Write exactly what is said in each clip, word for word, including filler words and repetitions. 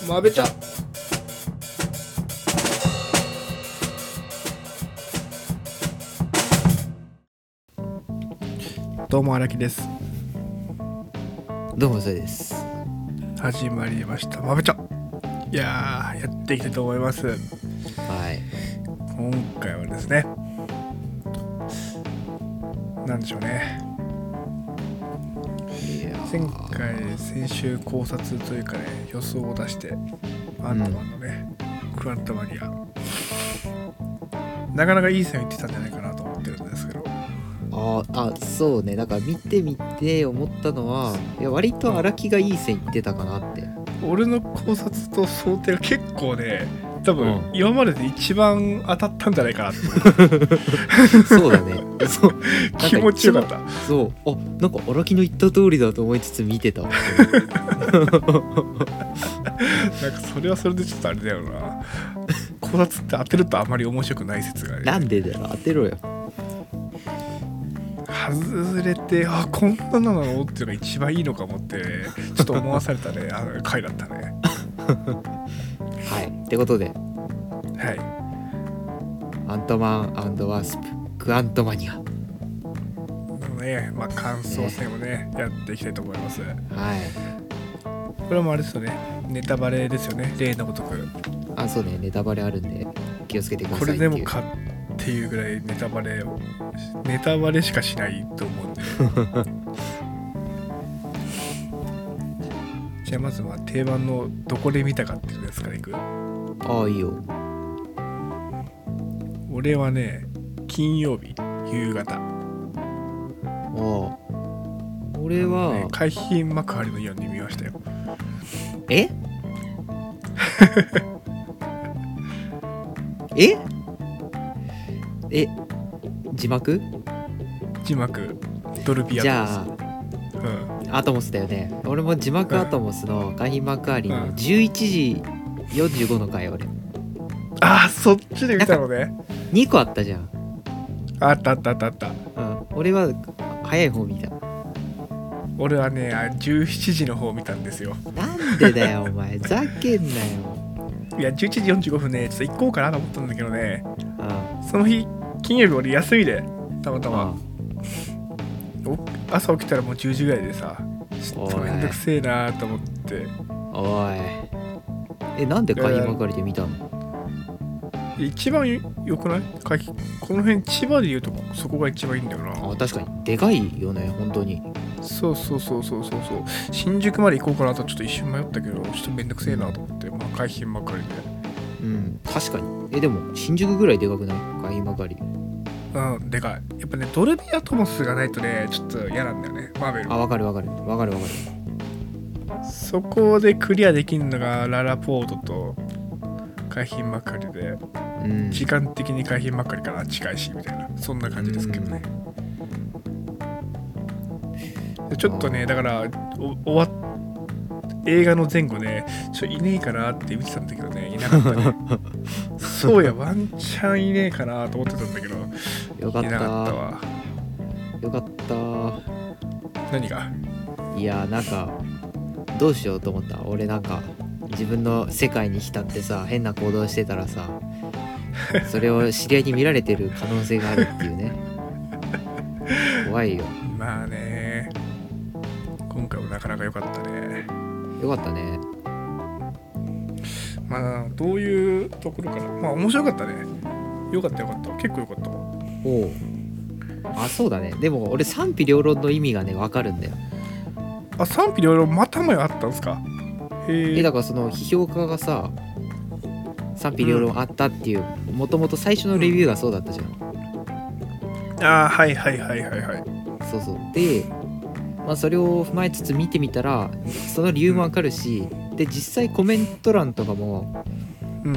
まべちゃどうも荒木です。 どうもそれです。 始まりましたまべちゃ。いやーやっていきたいと思います。はい、今回はですね、なんでしょうね、前回先週考察というかね、予想を出してアントマンのね、うん、クアントマニアなかなかいい線いってたんじゃないかなと思ってるんですけど、 ああ、そうね。だから見てみて思ったのは、いや割と荒木がいい線いってたかなって。 俺の考察と想定が結構ね、多分今までで一番当たったんじゃないかなってそうだね。そう気持ちよかった。 そう、あ、なんか荒木の言った通りだと思いつつ見てた。なんかそれはそれでちょっとあれだよな。考察って当てるとあまり面白くない説がね。 なんでだよ、当てろよ。 外れて、あ、こんなのなのっていうのが一番いいのかもってちょっと思わされたねあの回だったね。 はい、ってことで、 はい、 アントマン&ワスプクアントマニアね、まあ感想戦をね、ねやっていきたいと思います。はい、これもあれですよね、ネタバレですよね、例のごとく。 あ、そうね、ネタバレあるんで気をつけてくださいっていう。 これでもかっていうぐらいネタバレをネタバレしかしないと思うんでじゃあまずは定番のどこで見たかっていうやつからいく。 ああ、いいよ。 俺はね、金曜日夕方。ああ、俺は、ね、 海浜幕張のイオンで見ましたよ。 えええ字幕字幕ドルビーアトモス。じゃあ、 うん、アトモスだよね。俺も字幕アトモスの海浜幕張のじゅういちじよんじゅうごの回、俺。 ああ、そっちで見たのね。 にこあったじゃん。 あったあったあったあった。 うん、俺は早い方見た。 俺はね、じゅうしちじの方見たんですよ。 なんでだよお前、ざけんなよ。 いや、じゅういちじよんじゅうごふんね、ちょっと行こうかなと思ったんだけどね、 ああ、 その日金曜日俺休みで、たまたま朝起きたらもうじゅうじぐらいでさ、ちょっとめんどくせえなと思って。 おい、え、なんで海浜幕張で見たの？ 一番よくない？この辺千葉で言うとそこが一番いいんだよな。 あ、確かにでかいよね、本当に。 そうそうそうそうそうそう。新宿まで行こうかなとちょっと一瞬迷ったけど、ちょっとめんどくせえなと思って、まあ海浜幕張で。 うん、確かに。え、でも新宿ぐらいでかくない？海浜幕張。 うん、でかい。やっぱね、ドルビーアトモスがないとね、ちょっと嫌なんだよね、マーベル。 あ、わかるわかるわかるわかる。 そこでクリアできるのがララポートと海浜幕張で、うん、時間的に海浜幕張から近いしみたいな、そんな感じですけどね。うん、ちょっとね、だから終わっ映画の前後ね、ちょいねえかなって見てたんだけどね、いなかったね。そうや、ワンチャンいねえかなと思ってたんだけど、 よかった。 いなかったわ。 よかった。 何が？ いや、なんかどうしようと思った。俺なんか自分の世界に浸ってさ、変な行動してたらさ、それを知り合いに見られてる可能性があるっていうね。怖いよ。 まあね、今回もなかなか良かったね。 よかったね。 まあどういうところから、まあ面白かったね。よかったよかった。結構よかったわ。 おう。あ、そうだね。でも俺賛否両論の意味がね、分かるんだよ。 あ、賛否両論またもやあったんですか？ へえ。だからその批評家がさ、賛否両論あったっていう、もともと最初のレビューがそうだったじゃん。 うん、ああ、はいはいはいはいはい。 そうそう。で、まあそれを踏まえつつ見てみたら、その理由もわかるし、うん、で実際コメント欄とかも、うん、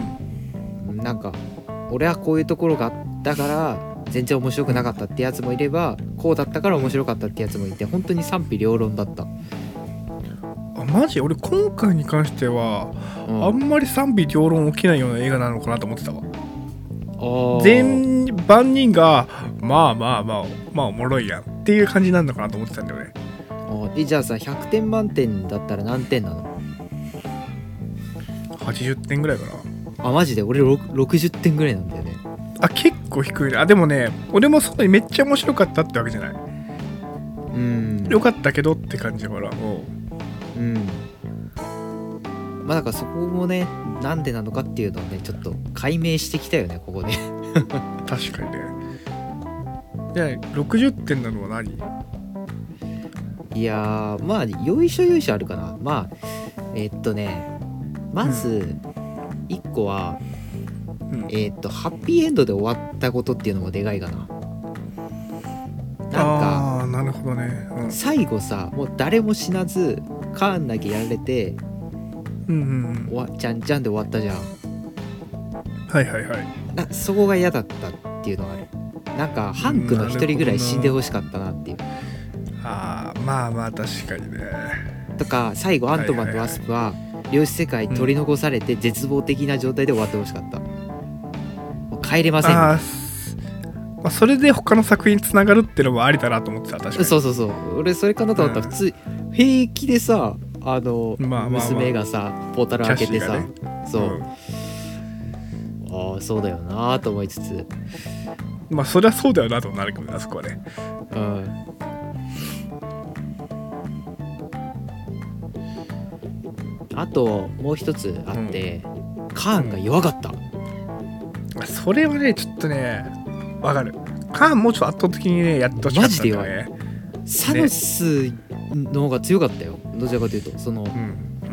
なんか俺はこういうところがあったから全然面白くなかったってやつもいれば、こうだったから面白かったってやつもいて、本当に賛否両論だった。 あ、マジ？俺今回に関しては、うん、あんまり賛否両論起きないような映画なのかなと思ってたわ。全万人がまあまあまあまあおもろいやんっていう感じなんのかなと思ってたんだよね。 あ、え、じゃあさ、ひゃくてん満点だったら何点なの？ はちじゅってんぐらいかな。 あマジで俺ろくじゅってんぐらいなんだよね。 あ結構低いね。あでもね俺もそんなにめっちゃ面白かったってわけじゃない。 うんよかったけどって感じだから。 うんまあだからそこもねなんでなのかっていうのをねちょっと解明してきたよねここで確かにね。じゃあろくじゅってんなのは何？ いやーまあよいしょよいしょあるかな。まあえー、っとねまずいっこは、うん、えー、っとハッピーエンドで終わったことっていうのもでかいかな。なんかあーなるほどね、うん、 最後さもう誰も死なずカーンだけやられて、 うんうんうん、 わじゃんじゃんで終わったじゃん。 はいはいはい。 なそこが嫌だったっていうのがある。なんかハンクの一人ぐらい死んでほしかったなっていう。 ああまあまあ確かにね。 とか最後アントマンとワスプは量子世界取り残されて絶望的な状態で終わってほしかった。もう帰れませんみたいな。 まあ、それで他の作品につながるっていうのもありだなと思ってた。確かにそうそうそう俺それかなと思ったら普通、うん、平気でさあの、まあまあまあ、娘がさポータル開けてさ、ね、そう、うん、ああそうだよなと思いつつまあそりゃそうだよなとなるけどなそこはね。 うんあともう一つあって、うん、カーンが弱かった、 うん、それはねちょっとねわかる。カーンもうちょっと圧倒的にねやってほしかったんだよね。 マジで弱い。サノスの方が強かったよ、ね、どちらかというとその、うんうん、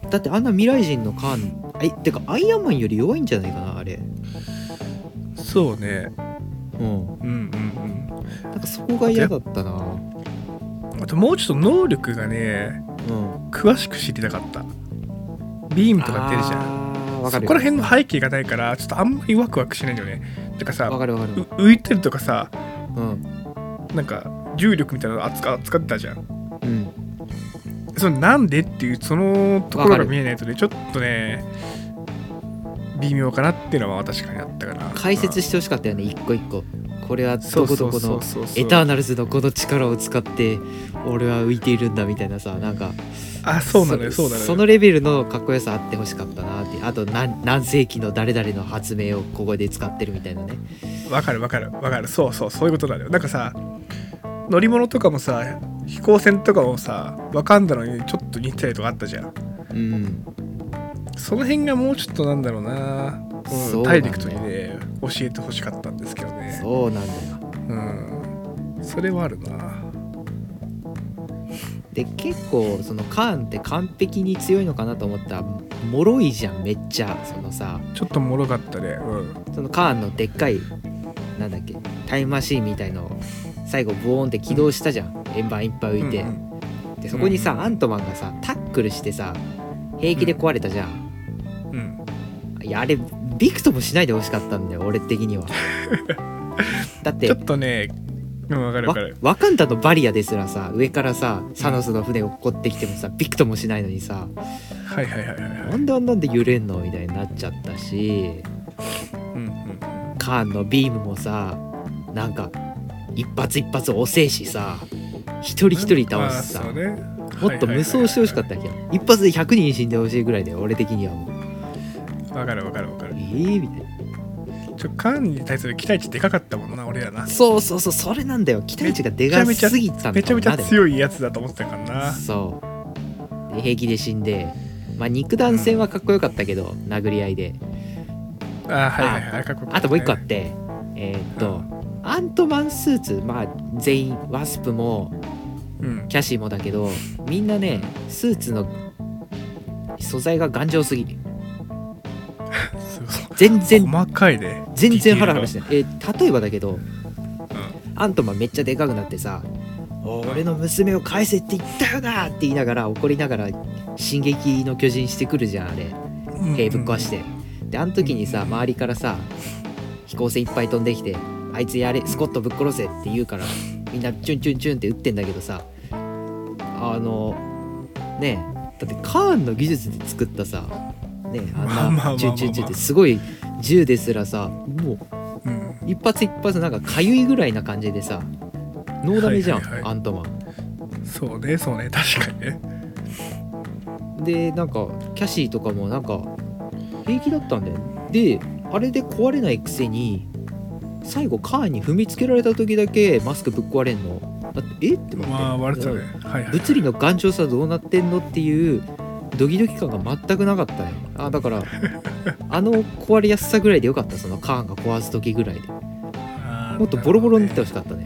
だってあんな未来人のカーンえてかアイアンマンより弱いんじゃないかなあれ。 そうね、 うん、うんうんうんなんかそこが嫌だったな。 あともうちょっと能力がね、うん、詳しく知りたかった。ビームとか出るじゃん。そこら辺の背景がないからちょっとあんまりワクワクしないんだよね。てかさわかるわかる浮いてるとかさ、 うん、 なんか重力みたいなの扱扱ってたじゃん、 うん、 そのなんでっていうそのところが見えないとねちょっとね微妙かなっていうのは確かにあったから解説してほしかったよね一個一個。これはどこどこのエターナルズのこの力を使って俺は浮いているんだみたいなさなんかあそうなのよそうなのよそのレベルのかっこよさあってほしかったなって。あと 何, 何世紀の誰々の発明をここで使ってるみたいなね。 わかるわかるわかるそうそうそういうことなのよ。なんかさ乗り物とかもさ飛行船とかもさワカンダのにちょっと似てたりとかあったじゃん。うんその辺がもうちょっとなんだろうな、うん、ダイレクトにね教えてほしかったんですけどね。 そうなんだよ。 うんそれはあるな。 で結構そのカーンって完璧に強いのかなと思ったら脆いじゃんめっちゃ。そのさちょっと脆かったね、うん、 そのカーンのでっかいなんだっけタイムマシーンみたいのを最後ボーンって起動したじゃん、うん、円盤いっぱい浮いて、うんうん、でそこにさ、うんうん、アントマンがさタックルしてさ平気で壊れたじゃん、うんうん、いやあれびくともしないでほしかったんだよ俺的にはだってちょっとねうん、わかるわかる。 ワカンダのバリアですらさ上からさサノスの船を落っこってきてもさびくともしないのにさはいはいはいはい、はい、 なんであんなんで揺れんのみたいになっちゃったし、うんうん、カーンのビームもさなんか一発一発遅えしさ一人一人倒すさ、ね、もっと無双してほしかったっけ、一発でひゃくにん死んでほしいぐらいだよ俺的にはもう。わかるわかるわかる。 えーみたいな。 ちょカーンに対する期待値でかかったもんな俺らな。 そうそうそうそれなんだよ期待値がでかすぎたんだ。 めちゃめちゃ強いやつだと思ってたからな。 そうで平気で死んでまあ肉弾戦はかっこよかったけど、うん、殴り合いであはいはいはいかっこよかった、ね、 あともう一個あってえー、っと、うん、アントマンスーツまあ全員ワスプも、うん、キャシーもだけどみんなねスーツの素材が頑丈すぎ全然細かいね全然ハラハラしてない。えー、例えばだけど、うん、アントマンめっちゃでかくなってさ、うん、俺の娘を返せって言ったよなって言いながら怒りながら進撃の巨人してくるじゃんあれ兵ぶっ壊して、うん、であの時にさ周りからさ飛行船いっぱい飛んできてあいつやれスコットぶっ殺せって言うからみんなチュンチュンチュンって撃ってんだけどさあのねえだってカーンの技術で作ったさね、あんなチュンチュンチュンってすごい銃ですらさもう、うん、一発一発なんかかゆいぐらいな感じでさノーダメじゃん、はいはいはい、アントマン。 そうねそうね確かにね。 でなんかキャシーとかもなんか平気だったんだよ。であれで壊れないくせに最後カーンに踏みつけられた時だけマスクぶっ壊れんの。だってえって思って、 まあ割れたね、はいはい、 物理の頑丈さどうなってんのっていうドキドキ感が全くなかったね。あだからあの壊れやすさぐらいでよかった。そのカーンが壊す時ぐらいでもっとボロボロになってほしかったね。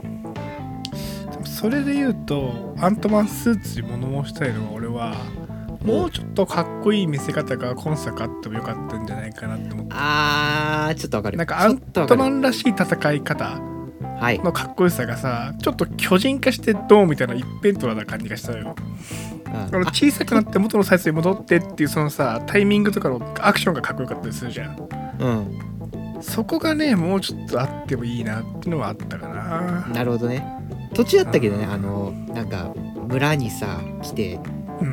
それで言うとアントマンスーツに物申したいのは俺はもうちょっとかっこいい見せ方が今作あってもよかったんじゃないかなって思って。 あーちょっとわかる。 なんかアントマンらしい戦い方のかっこよさがさ、ちょっと巨人化してどうみたいな一辺倒な感じがしたのよ。あの小さくなって元のサイズに戻ってっていうそのさタイミングとかのアクションがかっこよかったりするじゃん。うん。そこがねもうちょっとあってもいいなっていうのはあったかな。 なるほどね。途中だったけどね、あのなんか村にさ来て、うん、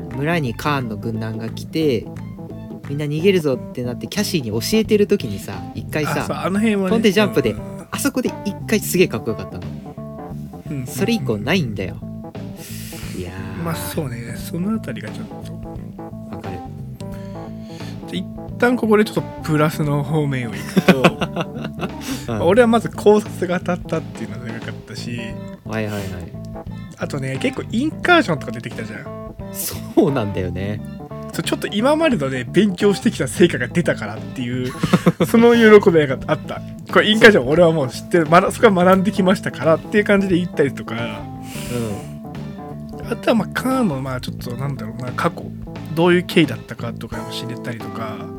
村にカーンの軍団が来てみんな逃げるぞってなってキャシーに教えてる時にさ一回さああの辺は、ね、 飛んでジャンプで、うん、あそこで一回すげえかっこよかったの、うん、それ以降ないんだよ。いやーまあそうね、そのあたりがちょっとわかる。 じゃ一旦ここでちょっとプラスの方面をいくと、うん、俺はまず考察が当たったっていうのが長かったし、 はいはいはい、 あとね結構インカージョンとか出てきたじゃん。 そうなんだよね。 ちょっと今までのね勉強してきた成果が出たからっていうその喜びがあった。これインカージョン俺はもう知ってる、ま、そこは学んできましたからっていう感じで言ったりとか、うん、あとはまあカーンのまあちょっとなんだろうな過去どういう経緯だったかとかも知れたりとか、うん、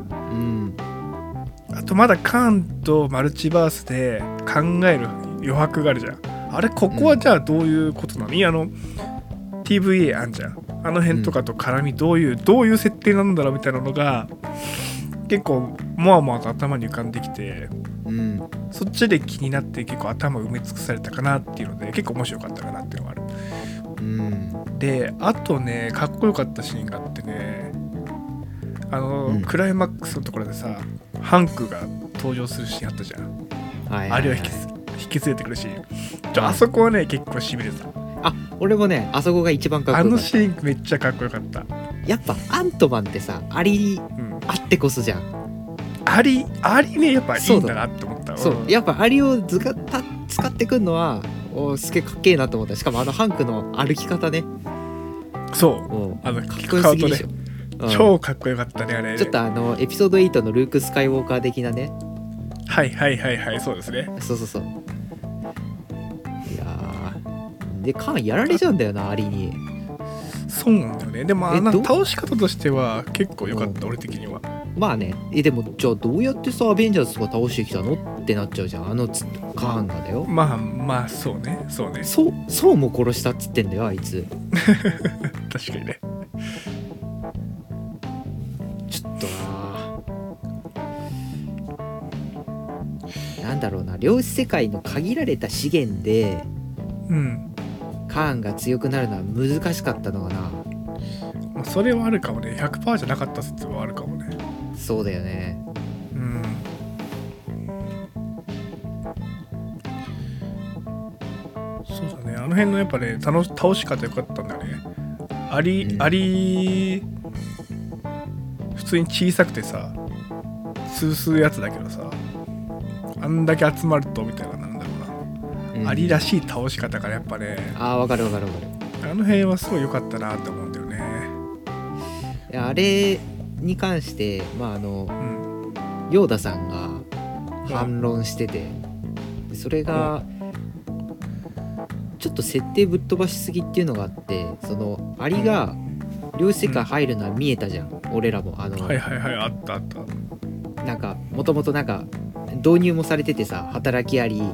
あとまだカーンとマルチバースで考える余白があるじゃん。あれここはじゃあどういうことなの、うん、あの ティーブイエー あんじゃん。あの辺とかと絡みどういう、うん、どういう設定なんだろうみたいなのが結構もわもわと頭に浮かんできて、うん、そっちで気になって結構頭埋め尽くされたかなっていうので結構面白かったかなっていうのがある、うん、であとねかっこよかったシーンがあってね、あの、うん、クライマックスのところでさハンクが登場するシーンあったじゃん、はいはいはい、あれを引き、引き連れてくるシーン、ちょあそこはね結構しびれた。 あ、俺もねあそこが一番かっこよかった。 あのシーンめっちゃかっこよかった。 やっぱアントマンってさアリあってこそじゃん、うん、 アリアリねやっぱいいんだなって思った。 そう、うん、やっぱアリを使った使ってくんのはおすげえかっけえなと思った。しかもあのハンクの歩き方ね、 そうあのかっこよすぎでしょ、 うん、超かっこよかったねあれ。 ちょっとあのエピソードエイトのルーク・スカイウォーカー的なね。 はいはいはいはい、そうですね。 そうそうそう。いやでカーンやられちゃうんだよなアリに。 そうなんだよね。でもあの倒し方としては結構良かった、俺的には。 まあね、えでもじゃあどうやってさアベンジャーズとか倒してきたのってなっちゃうじゃん、あのつカーンがだよ。 まあまあそうねそうね。 そうそうも殺したっつってんだよあいつ。 確かにね。 ちょっとななんだろうな、量子世界の限られた資源で、うん、カーンが強くなるのは難しかったのかな。 それはあるかもね。 ひゃくパーセント じゃなかった説はあるかもね。 そうだよね。うん。 そうだね、あの辺のやっぱね倒し方良かったんだよね。アリ、うん、アリ普通に小さくてさスースーやつだけどさ、あんだけ集まるとみたいな、なんだろうな、うん、アリらしい倒し方がやっぱね、 あーわかるわかるわかる。 あの辺はすごい良かったなって思うんだよね。 いやあれに関してまああの、うん、ヨーダさんが反論してて、うん、それが、うん、ちょっと設定ぶっ飛ばしすぎっていうのがあって、そのアリが量子世界入るのは見えたじゃん、うん、俺らもあのはいはいはい、あったあった。 なんかもともとなんか導入もされててさ、働きアリ、うん、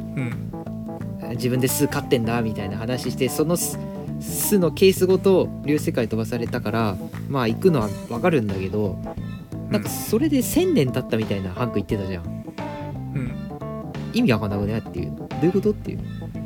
自分で巣飼ってんだみたいな話して、その巣のケースごと粒子世界飛ばされたからまあ行くのは分かるんだけど、なんかそれでせんねん経ったみたいなハンク言ってたじゃん、うん、意味わかんなくねっていう、どういうことっていう。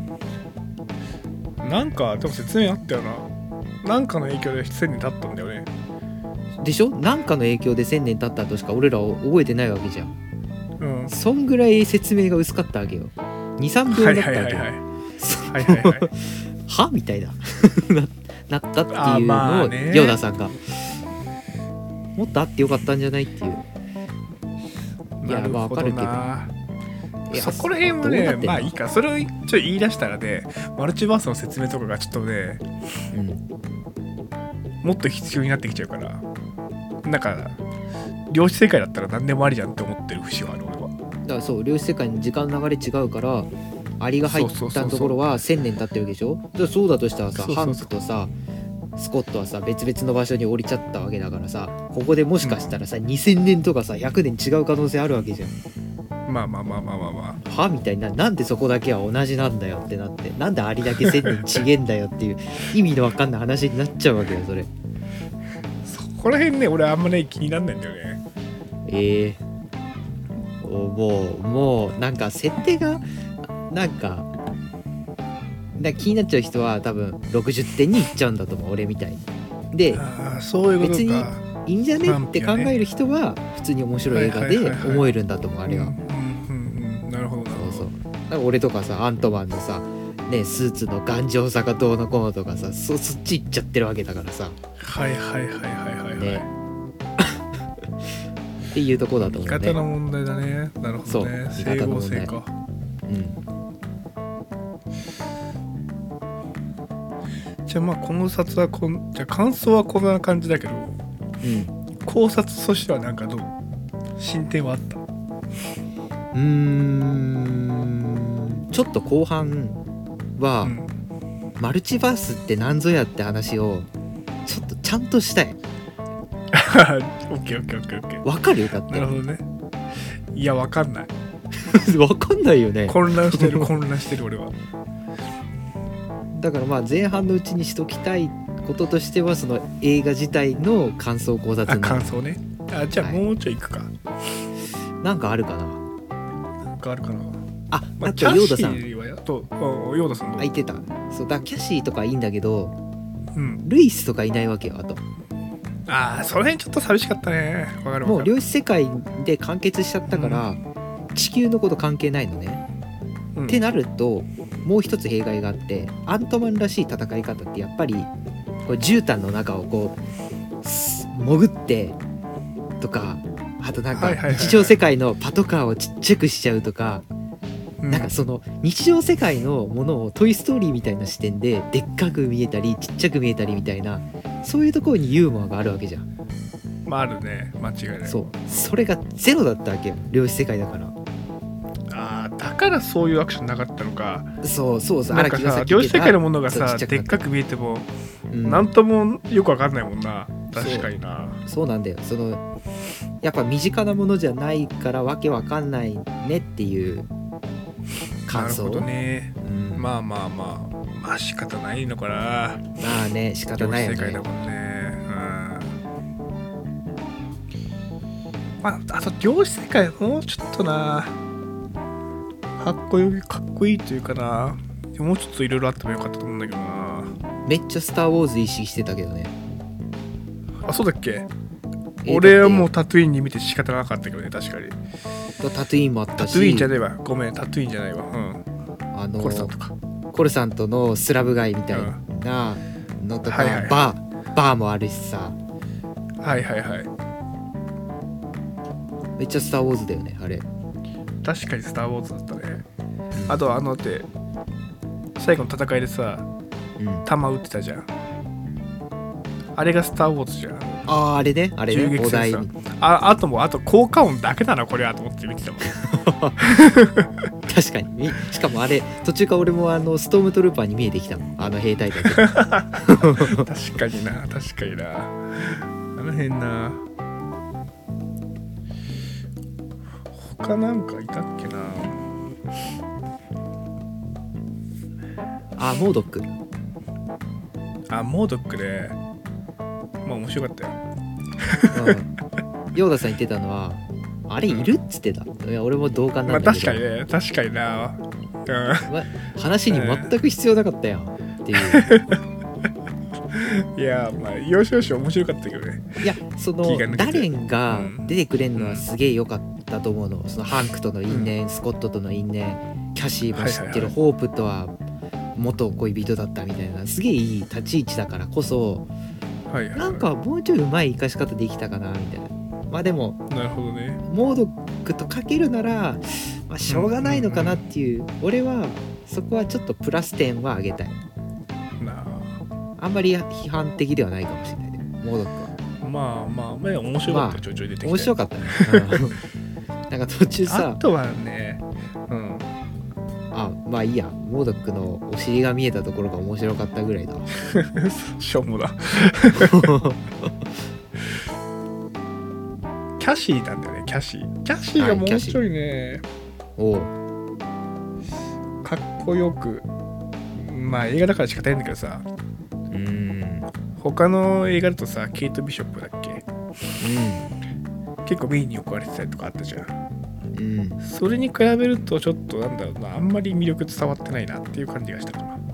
なんかでも説明あったよな。なんかの影響でせんねん経ったんだよね。 でしょ、なんかの影響でせんねん経ったとしか俺ら覚えてないわけじゃん、うん、そんぐらい説明が薄かったわけよ。 にさんびょうだったわけよ。はみたいなな、 なったっていうのを、ね、ヨーダさんがもっとあってよかったんじゃないっていう。いやまあ分かるけど、 いやそこら辺はねまあいいか、それをちょっと言い出したらねマルチバースの説明とかがちょっとね、うん、もっと必要になってきちゃうから、なんか量子世界だったら何でもありじゃんって思ってる節はある俺は。 だからそう量子世界の時間の流れ違うからアリが入ったところはせんねん経ってるわけでしょ。だそうだとしたらさ、ハンクとさスコットはさ別々の場所に降りちゃったわけだからさ、ここでもしかしたらさ、うん、にせんねんとかさひゃくねん違う可能性あるわけじゃん。 まあまあまあまあまあまあはみたいな、なんでそこだけは同じなんだよってなって、なんでアリだけせんねん違えんだよっていう意味のわかんない話になっちゃうわけよそれ。 そこら辺ね俺あんまね気になんないんだよね。 ええー、もうもうなんか設定がなんかだ気になっちゃう人は多分ろくじゅってんにいっちゃうんだと思う俺みたいに。であそういうことか、 別にいいんじゃねって考える人は普通に面白い映画で思えるんだと思う、あれは。 うんうんうん、なるほどなるほど。 そうそう。だから俺とかさアントマンのさねスーツの頑丈さがどうのこうのとかさ そ, そっち行っちゃってるわけだからさ。 はいはいはいはいはいはい。ねっていうとこだと思うね。 見方の問題だね。なるほどね。 そう見方の問題。 整合性か。うん。じゃあまあ考察はこんじゃあ感想はこんな感じだけど、うん、考察としてはなんかどう進展はあった？うーんちょっと後半は、うん、マルチバースって何ぞやって話をちょっとちゃんとしたい。 オッケーオッケーオッケーオッケー。 わかる？だって。 なるほどね。いやわかんない。 わかんないよね。 混乱してる混乱してる俺は。 だからまあ前半のうちにしときたいこととしてはその映画自体の感想考察。 あ感想ね。あじゃあもうちょいいくか。はい、 なんかあるかな。 なんかあるかな。 あ、まあ、あとヨーダさん。 とヨーダさん。 あ言ってた。そうだキャシーとかいいんだけど、うん、ルイスとかいないわけよあと。 ああその辺ちょっと寂しかったね。わかるわかる。 もう量子世界で完結しちゃったから、うん、地球のこと関係ないのね。うん、ってなるともう一つ弊害があって、アントマンらしい戦い方ってやっぱりこう絨毯の中をこう潜ってとか、あとなんか日常世界のパトカーをちっちゃくしちゃうとか、なんかその日常世界のものをトイストーリーみたいな視点ででっかく見えたりちっちゃく見えたりみたいな、そういうところにユーモアがあるわけじゃん。 まああるね、間違いない。 そうそれがゼロだったわけよ量子世界だから。 ああだからそういうアクションなかったのか。 そうそうそう。 なんかさ量子世界のものがさでっかく見えても、うん、なんともよくわかんないもんな。確かにな。 そう、そうなんだよ。そのやっぱ身近なものじゃないからわけわかんないねっていう感想。 なるほどね、うん、まあまあまあまあ仕方ないのかな。 まあね仕方ないよね。 量子世界だもんね。まあ、あと量子世界もうちょっとなかっこよいかっこいいというかな、もうちょっといろいろあってもよかったと思うんだけどな。 めっちゃスター・ウォーズ意識してたけどね。 あそうだっけ。俺はもうタトゥイーンに見て仕方なかったけどね。確かにタトゥイーンもあったし。 タトゥイーンじゃねえわごめんタトゥイーンじゃないわ、うん、あのー、コルさんとかコルさんとのスラブ街みたいなのとか、うんはいはい、バーバーもあるしさ。 はいはいはい。 めっちゃスター・ウォーズだよねあれ。 確かにスター・ウォーズだったね、うん、あとはあのって最後の戦いでさ、うん、弾撃ってたじゃん。あれがスター・ウォーズじゃん。 あああれねあれねお題。 ああともうあと効果音だけだなこれはと思って見てたもん確かに。しかもあれ途中から俺もあのストームトルーパーに見えてきたもんあの兵隊たち確かにな確かになあの辺な。他なんかいたっけな。 あモードック。 あモードックでまあ面白かったよ、 うん、ヨーダさん言ってたのはあれいるっつってた、うん、いや俺も同感なんだけど、 まあ、確かにね確かにな、うんま、話に全く必要なかったやんっていういやまあよしよし面白かったけどね。 いやそのダレンが出てくれるのはすげえ良かったと思うの、うん、そのハンクとの因縁、うん、スコットとの因縁、キャシーも知ってる、はいはいはい、ホープとは元恋人だったみたいなすげえいい立ち位置だからこそ、 はいはいはい、 なんかもうちょいうまい生かし方できたかなみたいな。まあでもなるほどね、 モードックとかけるなら、まあ、しょうがないのかなっていう、うんうんうん、俺はそこはちょっとプラス点は上げたいな。あんまり批判的ではないかもしれないねモードックは。 まあまあまあ面白かった、まあ、ちょいちょい出てきて面白かったねなんか途中さあとはねうんあまあいいや、モードックのお尻が見えたところが面白かったぐらいだしょうもだキャシーなんだよね、キャシーキャシーがもうちょいね、 おかっこよく、まあ映画だから仕方ないんだけどさ、 うーん他の映画だとさケイト・ビショップだっけ、 うん、 結構メインによく割れてたりとかあったじゃん、 うん、 それに比べるとちょっとなんだろうな、あんまり魅力伝わってないなっていう感じがしたかな。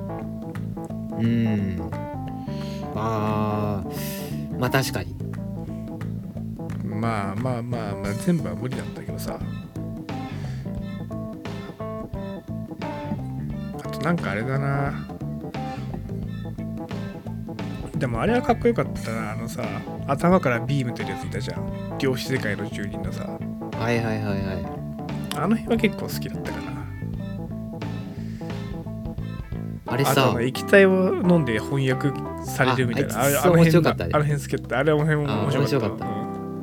うんまあまあ確かにまあまあまあまあ全部は無理なんだけどさ、あとなんかあれだな、でもあれはかっこよかったな、あのさ頭からビーム出るやついたじゃん、量子世界の住人のさ、 はいはいはいはい、 あの辺は結構好きだったかな。 あれさ、 あと液体を飲んで翻訳されるみたいな、ああれあの辺だ、あの辺好きだった、あれは面白かった。あ、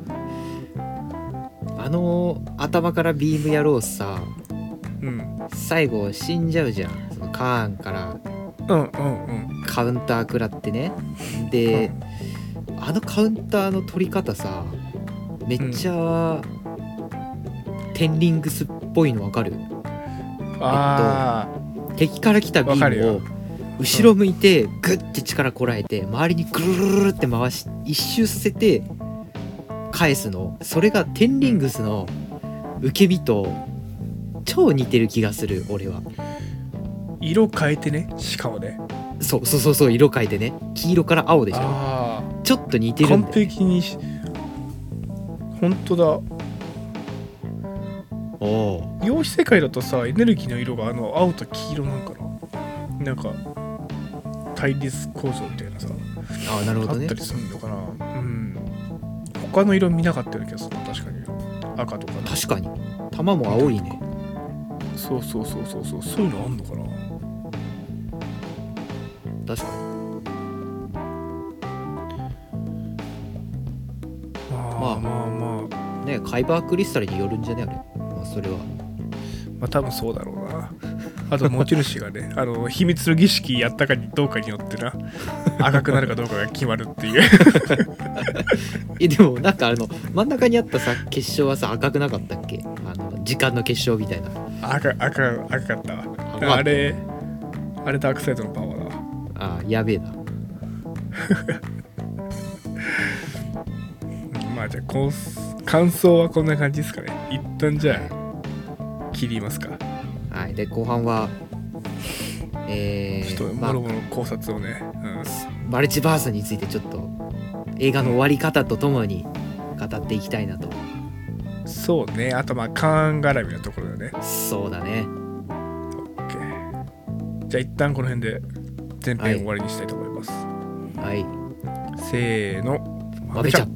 うん、あの頭からビーム野郎さ、 うん、 最後死んじゃうじゃん、そのカーンからうんうんうんカウンター食らってね。で、うん、あのカウンターの取り方さ、めっちゃ、うん、テンリングスっぽいの分かる？ あえっと敵から来たビームを後ろ向いてグッて力こらえて周りにぐるるるるって回し一周させて返すの、それがテンリングスの受け身と超似てる気がする俺は。 色変えてね、しかもね、 そうそうそうそう、色変えてね、黄色から青でしょ、あちょっと似てるんだよ、ね、 完璧にし本当だ。 お量子世界だとさエネルギーの色があの青と黄色なんかな、なんか対立構造みたいなさ、 ああなるほどね、 あったりするのかな。うん、他の色見なかったような気がする。確かに赤とか、ね、 確かに玉も青いね。 そうそうそうそうそう、そういうのあんのかな。 確かに。 まあまあまあね、カイバークリスタルによるんじゃねあれ、まあ、それはまあ多分そうだろうな。あと持ち主がねあの秘密の儀式やったかにどうかによってな赤くなるかどうかが決まるっていうえでもなんかあの真ん中にあったさ結晶はさ赤くなかったっけ、あの時間の結晶みたいな。 赤赤赤かったわ。あれあれダークサイドのパワーだわ。 ああやべえなまあじゃあこう感想はこんな感じですかね。一旦じゃあ切りますか。 はい、で後半はえー、 ちょっともろもろ考察をね、まあうん、マルチバースについてちょっと映画の終わり方とともに語っていきたいなと。 そうね、あとまあカーン絡みのところだね。 そうだね。 OK、 じゃあ一旦この辺で前編終わりにしたいと思います。 はい、 せーの、 まべちゃ。